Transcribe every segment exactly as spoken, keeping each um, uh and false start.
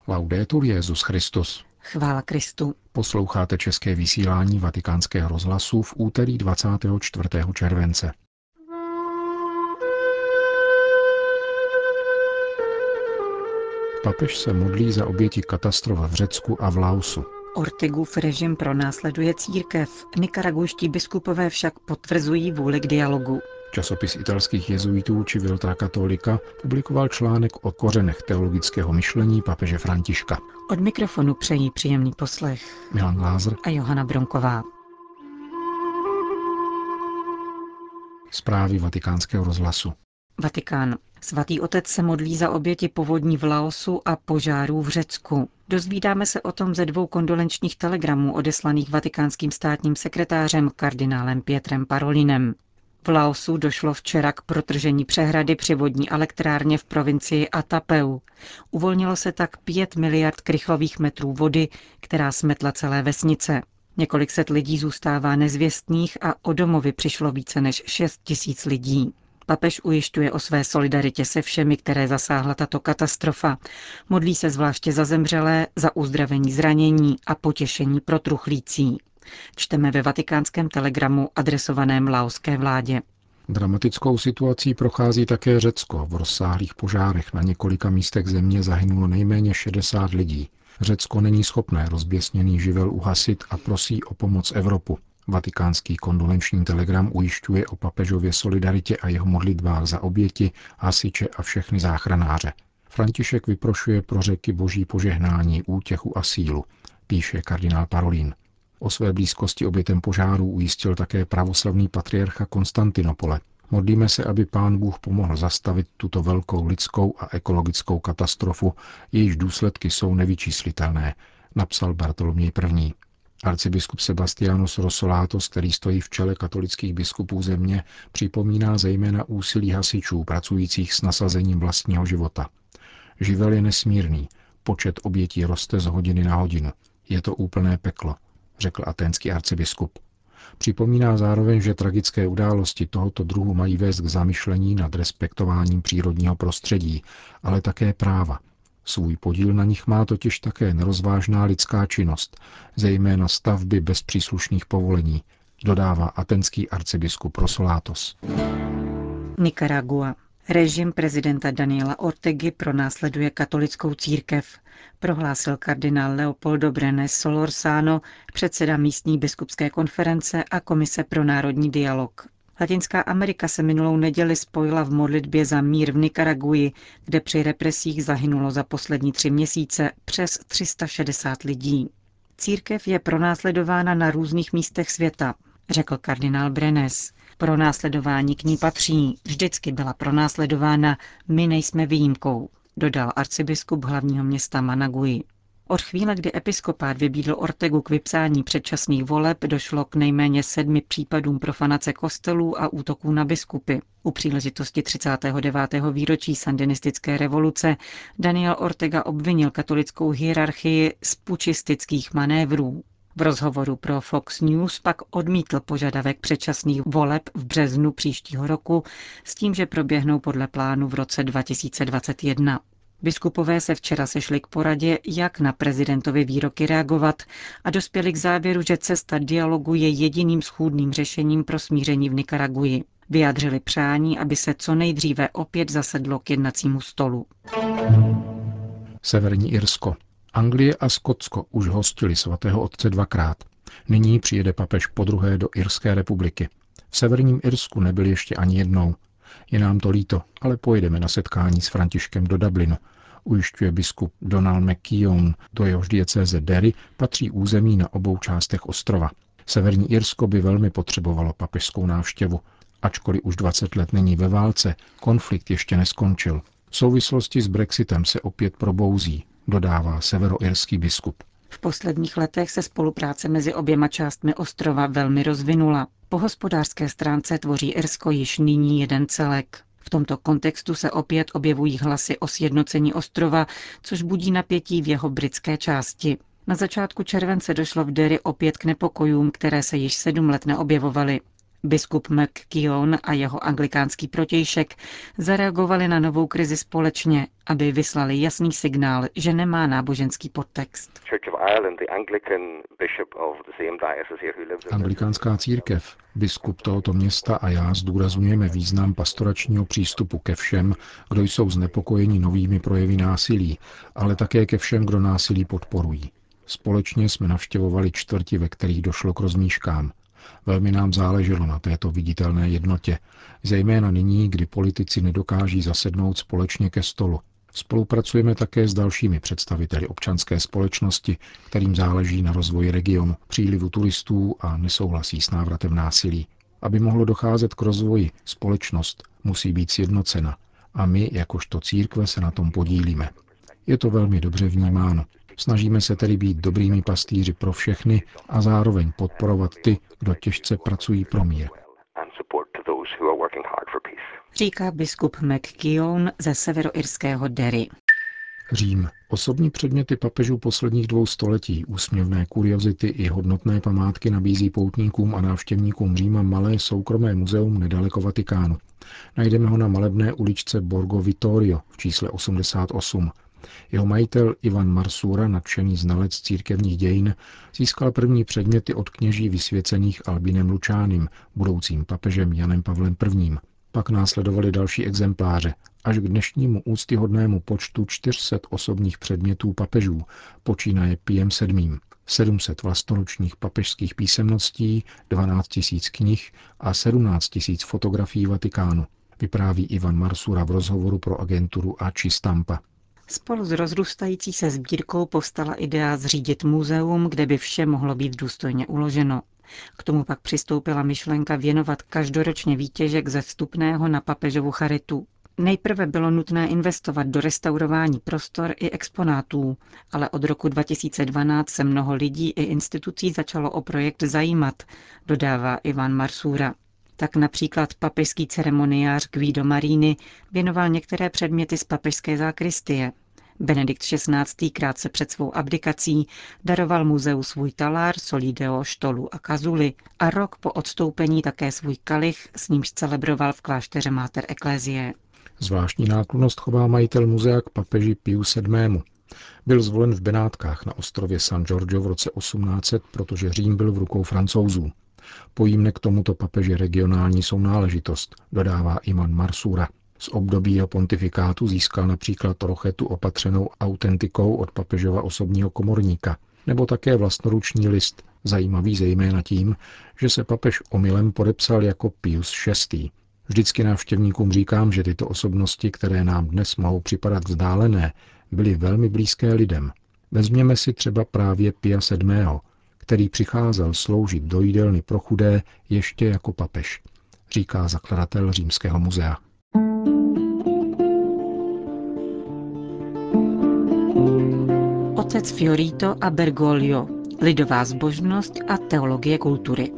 Laudetur Jesus Christus. Chvála Kristu. Posloucháte české vysílání Vatikánského rozhlasu v úterý dvacátého čtvrtého července. Papež se modlí za oběti katastrof v Řecku a v Laosu. Ortegův režim pronásleduje církev, nikaragujští biskupové však potvrzují vůli k dialogu. Časopis italských jezuitů Civiltà Cattolica publikoval článek o kořenech teologického myšlení papeže Františka. Od mikrofonu přejí příjemný poslech Milan Glázer a Johana Bronková. Zprávy Vatikánského rozhlasu. Vatikán. Svatý otec se modlí za oběti povodní v Laosu a požárů v Řecku. Dozvídáme se o tom ze dvou kondolenčních telegramů odeslaných vatikánským státním sekretářem kardinálem Pietrem Parolinem. V Laosu došlo včera k protržení přehrady při vodní elektrárně v provincii Atapeu. Uvolnilo se tak pět miliard krychlových metrů vody, která smetla celé vesnice. Několik set lidí zůstává nezvěstných a o domovy přišlo více než šest tisíc lidí. Papež ujišťuje o své solidaritě se všemi, které zasáhla tato katastrofa. Modlí se zvláště za zemřelé, za uzdravení zranění a potěšení pro truchlící. Čteme ve vatikánském telegramu adresovaném laoské vládě. Dramatickou situací prochází také Řecko. V rozsáhlých požárech na několika místech země zahynulo nejméně šedesát lidí. Řecko není schopné rozběsněný živel uhasit a prosí o pomoc Evropu. Vatikánský kondolenční telegram ujišťuje o papežově solidaritě a jeho modlitbách za oběti, hasiče a všechny záchranáře. František vyprošuje pro Řeky boží požehnání, útěchu a sílu, píše kardinál Parolin. O své blízkosti obětem požárů ujistil také pravoslavný patriarcha Konstantinopole. Modlíme se, aby Pán Bůh pomohl zastavit tuto velkou lidskou a ekologickou katastrofu, jejíž důsledky jsou nevyčíslitelné, napsal Bartoloměj I. Arcibiskup Sebastianos Rosolatos, který stojí v čele katolických biskupů země, připomíná zejména úsilí hasičů pracujících s nasazením vlastního života. Živel je nesmírný, počet obětí roste z hodiny na hodinu. Je to úplné peklo, řekl aténský arcibiskup. Připomíná zároveň, že tragické události tohoto druhu mají vést k zamyšlení nad respektováním přírodního prostředí, ale také práva. Svůj podíl na nich má totiž také nerozvážná lidská činnost, zejména stavby bez příslušných povolení, dodává aténský arcibiskup Rosolatos. Nikaragua. Režim prezidenta Daniela Ortegy pronásleduje katolickou církev, prohlásil kardinál Leopoldo Brenes Solorzano, předseda místní biskupské konference a komise pro národní dialog. Latinská Amerika se minulou neděli spojila v modlitbě za mír v Nikaraguji, kde při represích zahynulo za poslední tři měsíce přes tři sta šedesát lidí. Církev je pronásledována na různých místech světa, řekl kardinál Brenes. Pronásledování k ní patří, vždycky byla pronásledována, my nejsme výjimkou, dodal arcibiskup hlavního města Managui. Od chvíle, kdy episkopát vybídl Ortegu k vypsání předčasných voleb, došlo k nejméně sedmi případům profanace kostelů a útoků na biskupy. U příležitosti třicátého devátého výročí sandinistické revoluce Daniel Ortega obvinil katolickou hierarchii z pučistických manévrů. V rozhovoru pro Fox News pak odmítl požadavek předčasných voleb v březnu příštího roku s tím, že proběhnou podle plánu v roce dva tisíce dvacet jedna. Biskupové se včera sešli k poradě, jak na prezidentovy výroky reagovat a dospěli k závěru, že cesta dialogu je jediným schůdným řešením pro smíření v Nikaraguji. Vyjádřili přání, aby se co nejdříve opět zasedlo k jednacímu stolu. Severní Irsko. Anglie a Skotsko už hostili svatého otce dvakrát. Nyní přijede papež podruhé do Irské republiky. V Severním Irsku nebyl ještě ani jednou. Je nám to líto, ale pojedeme na setkání s Františkem do Dublinu, ujišťuje biskup Donald McKeown, do jehož diecéze Derry patří území na obou částech ostrova. Severní Irsko by velmi potřebovalo papežskou návštěvu. Ačkoliv už dvacet let není ve válce, konflikt ještě neskončil. V souvislosti s Brexitem se opět probouzí, dodává severoirský biskup. V posledních letech se spolupráce mezi oběma částmi ostrova velmi rozvinula. Po hospodářské stránce tvoří Irsko již nyní jeden celek. V tomto kontextu se opět objevují hlasy o sjednocení ostrova, což budí napětí v jeho britské části. Na začátku července došlo v Derry opět k nepokojům, které se již sedm let neobjevovaly. Biskup McKeown a jeho anglikánský protějšek zareagovali na novou krizi společně, aby vyslali jasný signál, že nemá náboženský podtext. Anglikánská církev, biskup tohoto města a já zdůrazňujeme význam pastoračního přístupu ke všem, kdo jsou znepokojeni novými projevy násilí, ale také ke všem, kdo násilí podporují. Společně jsme navštěvovali čtvrti, ve kterých došlo k rozmíškám. Velmi nám záleželo na této viditelné jednotě, zejména nyní, kdy politici nedokáží zasednout společně ke stolu. Spolupracujeme také s dalšími představiteli občanské společnosti, kterým záleží na rozvoji regionu, přílivu turistů a nesouhlasí s návratem násilí. Aby mohlo docházet k rozvoji, společnost musí být sjednocena a my, jakožto církve, se na tom podílíme. Je to velmi dobře vnímáno. Snažíme se tedy být dobrými pastýři pro všechny a zároveň podporovat ty, kdo těžce pracují pro mír. Říká biskup McKeown ze severoirského Derry. Řím. Osobní předměty papežů posledních dvou století, úsměvné kuriozity i hodnotné památky nabízí poutníkům a návštěvníkům Říma malé soukromé muzeum nedaleko Vatikánu. Najdeme ho na malebné uličce Borgo Vittorio v čísle osmdesát osm. Jeho majitel Ivan Marsura, nadšený znalec církevních dějin, získal první předměty od kněží vysvěcených Albinem Lučánem, budoucím papežem Janem Pavlem I. Pak následovaly další exempláře, až k dnešnímu úctyhodnému počtu čtyři sta osobních předmětů papežů, počínaje Piem sedmým. sedm set vlastnoručních papežských písemností, dvanáct tisíc knih a sedmnáct tisíc fotografií Vatikánu, vypráví Ivan Marsura v rozhovoru pro agenturu A C I Stampa. Spolu s rozrůstající se sbírkou povstala idea zřídit muzeum, kde by vše mohlo být důstojně uloženo. K tomu pak přistoupila myšlenka věnovat každoročně výtěžek ze vstupného na papežovu charitu. Nejprve bylo nutné investovat do restaurování prostor i exponátů, ale od roku dva tisíce dvanáct se mnoho lidí i institucí začalo o projekt zajímat, dodává Ivan Marsura. Tak například papežský ceremoniář Guido Marini věnoval některé předměty z papežské zákristie. Benedikt šestnáctý krátce před svou abdikací daroval muzeu svůj talár, solideo, štolu a kazuli a rok po odstoupení také svůj kalich, s nímž celebroval v klášteře Mater Ecclesiae. Zvláštní náklonnost chová majitel muzea k papeži Piu sedmému. Byl zvolen v Benátkách na ostrově San Giorgio v roce osmnáct set, protože Řím byl v rukou Francouzů. Pojíme k tomuto papeži regionální sounáležitost, dodává Ivan Marsura. Z období jeho pontifikátu získal například rochetu opatřenou autentikou od papežova osobního komorníka, nebo také vlastnoruční list, zajímavý zejména tím, že se papež omylem podepsal jako Pius šestý. Vždycky návštěvníkům říkám, že tyto osobnosti, které nám dnes mohou připadat vzdálené, byly velmi blízké lidem. Vezměme si třeba právě Pia sedmého, který přicházel sloužit do jídelny pro chudé ještě jako papež, říká zakladatel Římského muzea. Otec Fiorito a Bergoglio. Lidová zbožnost a teologie kultury.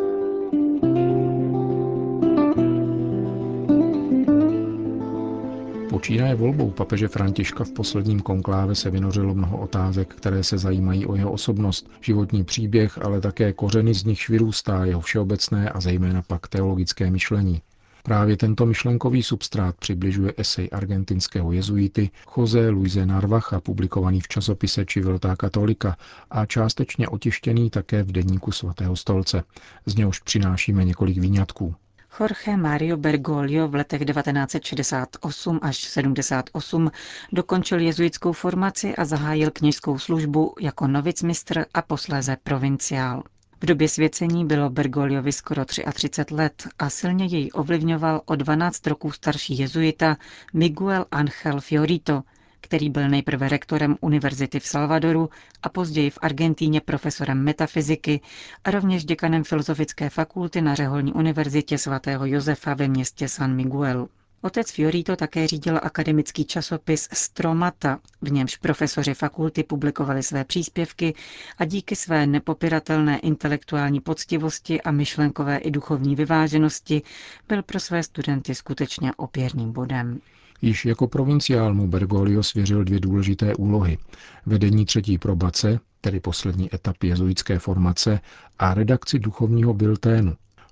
Počínaje volbou papeže Františka v posledním konkláve se vynořilo mnoho otázek, které se zajímají o jeho osobnost, životní příběh, ale také kořeny, z nichž vyrůstá jeho všeobecné a zejména pak teologické myšlení. Právě tento myšlenkový substrát přibližuje esej argentinského jezuity José Luise Narvacha, publikovaný v časopise Civiltà Católica a částečně otištěný také v deníku Svatého stolce. Z něhož přinášíme několik výňatků. Jorge Mario Bergoglio v letech devatenáct set šedesát osm až sedmdesát osm dokončil jezuitskou formaci a zahájil kněžskou službu jako novicmistr a posléze provinciál. V době svěcení bylo Bergogliovi skoro třicet tři let a silně jej ovlivňoval o dvanáct roků starší jezuita Miguel Ángel Fiorito, který byl nejprve rektorem univerzity v Salvadoru a později v Argentíně profesorem metafyziky a rovněž děkanem filozofické fakulty na řeholní univerzitě svatého Josefa ve městě San Miguel. Otec Fiorito také řídil akademický časopis Stromata, v němž profesoři fakulty publikovali své příspěvky a díky své nepopiratelné intelektuální poctivosti a myšlenkové i duchovní vyváženosti byl pro své studenty skutečně opěrným bodem. Již jako provinciál mu Bergoglio svěřil dvě důležité úlohy. Vedení třetí probace, tedy poslední etapy jezuitské formace, a redakci duchovního bilténu.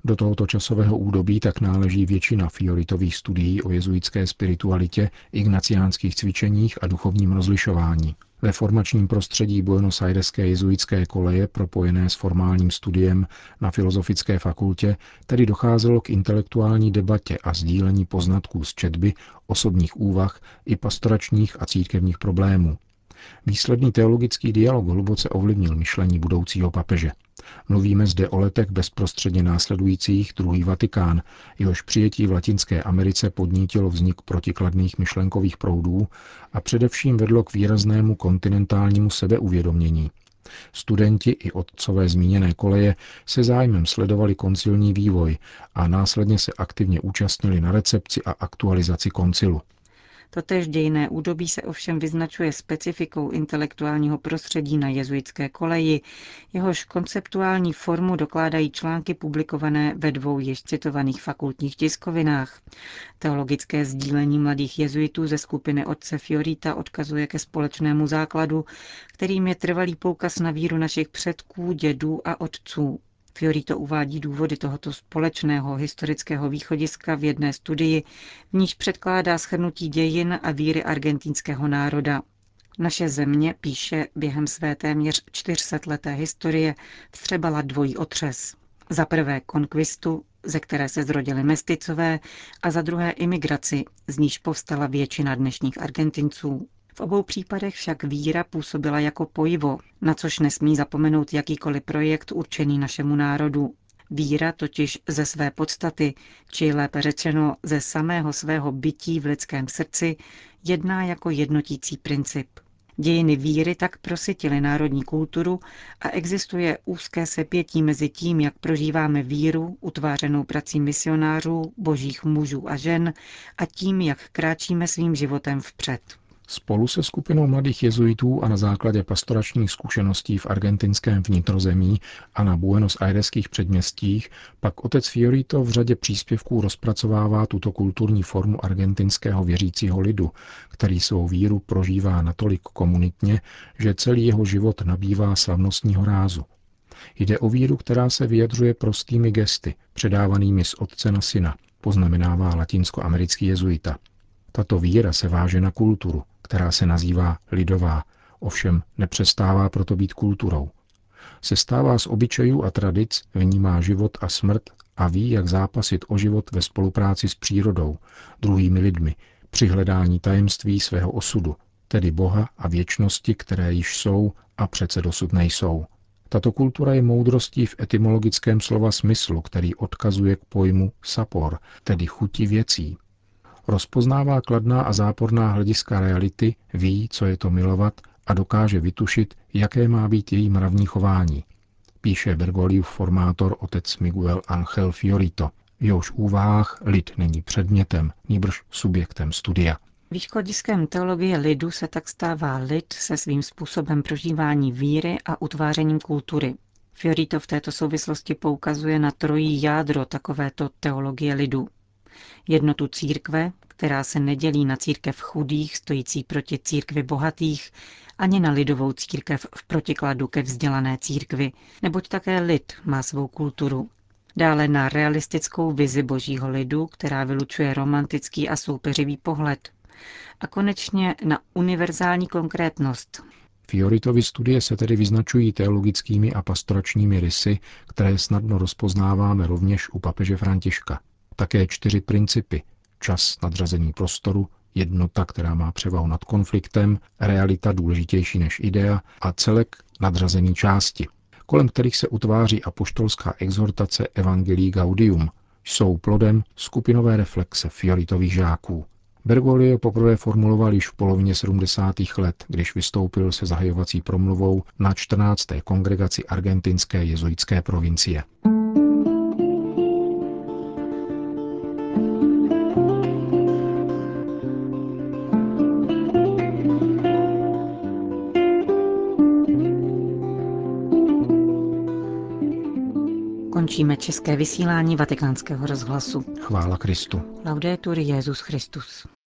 Do tohoto časového údobí tak náleží většina Fioritových studií o jezuitské spiritualitě, ignaciánských cvičeních a duchovním rozlišování. Ve formačním prostředí Buenos Aireské jezuitské koleje, propojené s formálním studiem na Filozofické fakultě, tedy docházelo k intelektuální debatě a sdílení poznatků z četby, osobních úvah i pastoračních a církevních problémů. Výsledný teologický dialog hluboce ovlivnil myšlení budoucího papeže. Mluvíme zde o letech bezprostředně následujících druhý Vatikán, jehož přijetí v Latinské Americe podnítilo vznik protikladných myšlenkových proudů a především vedlo k výraznému kontinentálnímu sebeuvědomění. Studenti i otcové zmíněné koleje se zájmem sledovali koncilní vývoj a následně se aktivně účastnili na recepci a aktualizaci koncilu. Totéž dějinné údobí se ovšem vyznačuje specifikou intelektuálního prostředí na jezuitské koleji, jehož konceptuální formu dokládají články publikované ve dvou již citovaných fakultních tiskovinách. Teologické sdílení mladých jezuitů ze skupiny otce Fiorita odkazuje ke společnému základu, kterým je trvalý poukaz na víru našich předků, dědů a otců. Fiorito uvádí důvody tohoto společného historického východiska v jedné studii, v níž předkládá shrnutí dějin a víry argentinského národa. Naše země, píše, během své téměř čtyřsetleté historie vstřebala dvojí otřes. Za prvé konkvistu, ze které se zrodili mesticové, a za druhé imigraci, z níž povstala většina dnešních Argentinců. V obou případech však víra působila jako pojivo, na což nesmí zapomenout jakýkoliv projekt určený našemu národu. Víra totiž ze své podstaty, či lépe řečeno ze samého svého bytí v lidském srdci, jedná jako jednotící princip. Dějiny víry tak prosytily národní kulturu a existuje úzké sepětí mezi tím, jak prožíváme víru, utvářenou prací misionářů, božích mužů a žen, a tím, jak kráčíme svým životem vpřed. Spolu se skupinou mladých jezuitů a na základě pastoračních zkušeností v argentinském vnitrozemí a na Buenos Aireských předměstích pak otec Fiorito v řadě příspěvků rozpracovává tuto kulturní formu argentinského věřícího lidu, který svou víru prožívá natolik komunitně, že celý jeho život nabývá slavnostního rázu. Jde o víru, která se vyjadřuje prostými gesty, předávanými z otce na syna, poznamenává latinskoamerický jezuita. Tato víra se váže na kulturu, která se nazývá lidová, ovšem nepřestává proto být kulturou. Sestává z obyčejů a tradic, vnímá život a smrt a ví, jak zápasit o život ve spolupráci s přírodou, druhými lidmi, při hledání tajemství svého osudu, tedy Boha a věčnosti, které již jsou a přece dosud nejsou. Tato kultura je moudrostí v etymologickém slova smyslu, který odkazuje k pojmu sapor, tedy chuti věcí. Rozpoznává kladná a záporná hlediska reality, ví, co je to milovat a dokáže vytušit, jaké má být její mravní chování, píše Bergoliův formátor otec Miguel Ángel Fiorito. V jehož úvahách lid není předmětem, nýbrž subjektem studia. Východiskem teologie lidu se tak stává lid se svým způsobem prožívání víry a utvářením kultury. Fiorito v této souvislosti poukazuje na trojí jádro takovéto teologie lidu. Jednotu církve, která se nedělí na církev chudých, stojící proti církvi bohatých, ani na lidovou církev v protikladu ke vzdělané církvi, neboť také lid má svou kulturu. Dále na realistickou vizi božího lidu, která vylučuje romantický a soupeřivý pohled. A konečně na univerzální konkrétnost. Fioritovy studie se tedy vyznačují teologickými a pastoračními rysy, které snadno rozpoznáváme rovněž u papeže Františka. Také čtyři principy. Čas nadřazení prostoru, jednota, která má převahu nad konfliktem, realita důležitější než idea a celek nadřazený části, kolem kterých se utváří apoštolská exhortace Evangelii Gaudium, jsou plodem skupinové reflexe Fioritových žáků. Bergoglio poprvé formuloval již v polovině sedmdesátých let, když vystoupil se zahajovací promluvou na čtrnácté kongregaci argentinské jezuitské provincie. Končíme české vysílání Vatikánského rozhlasu. Chvála Kristu. Laudetur Jesus Christus.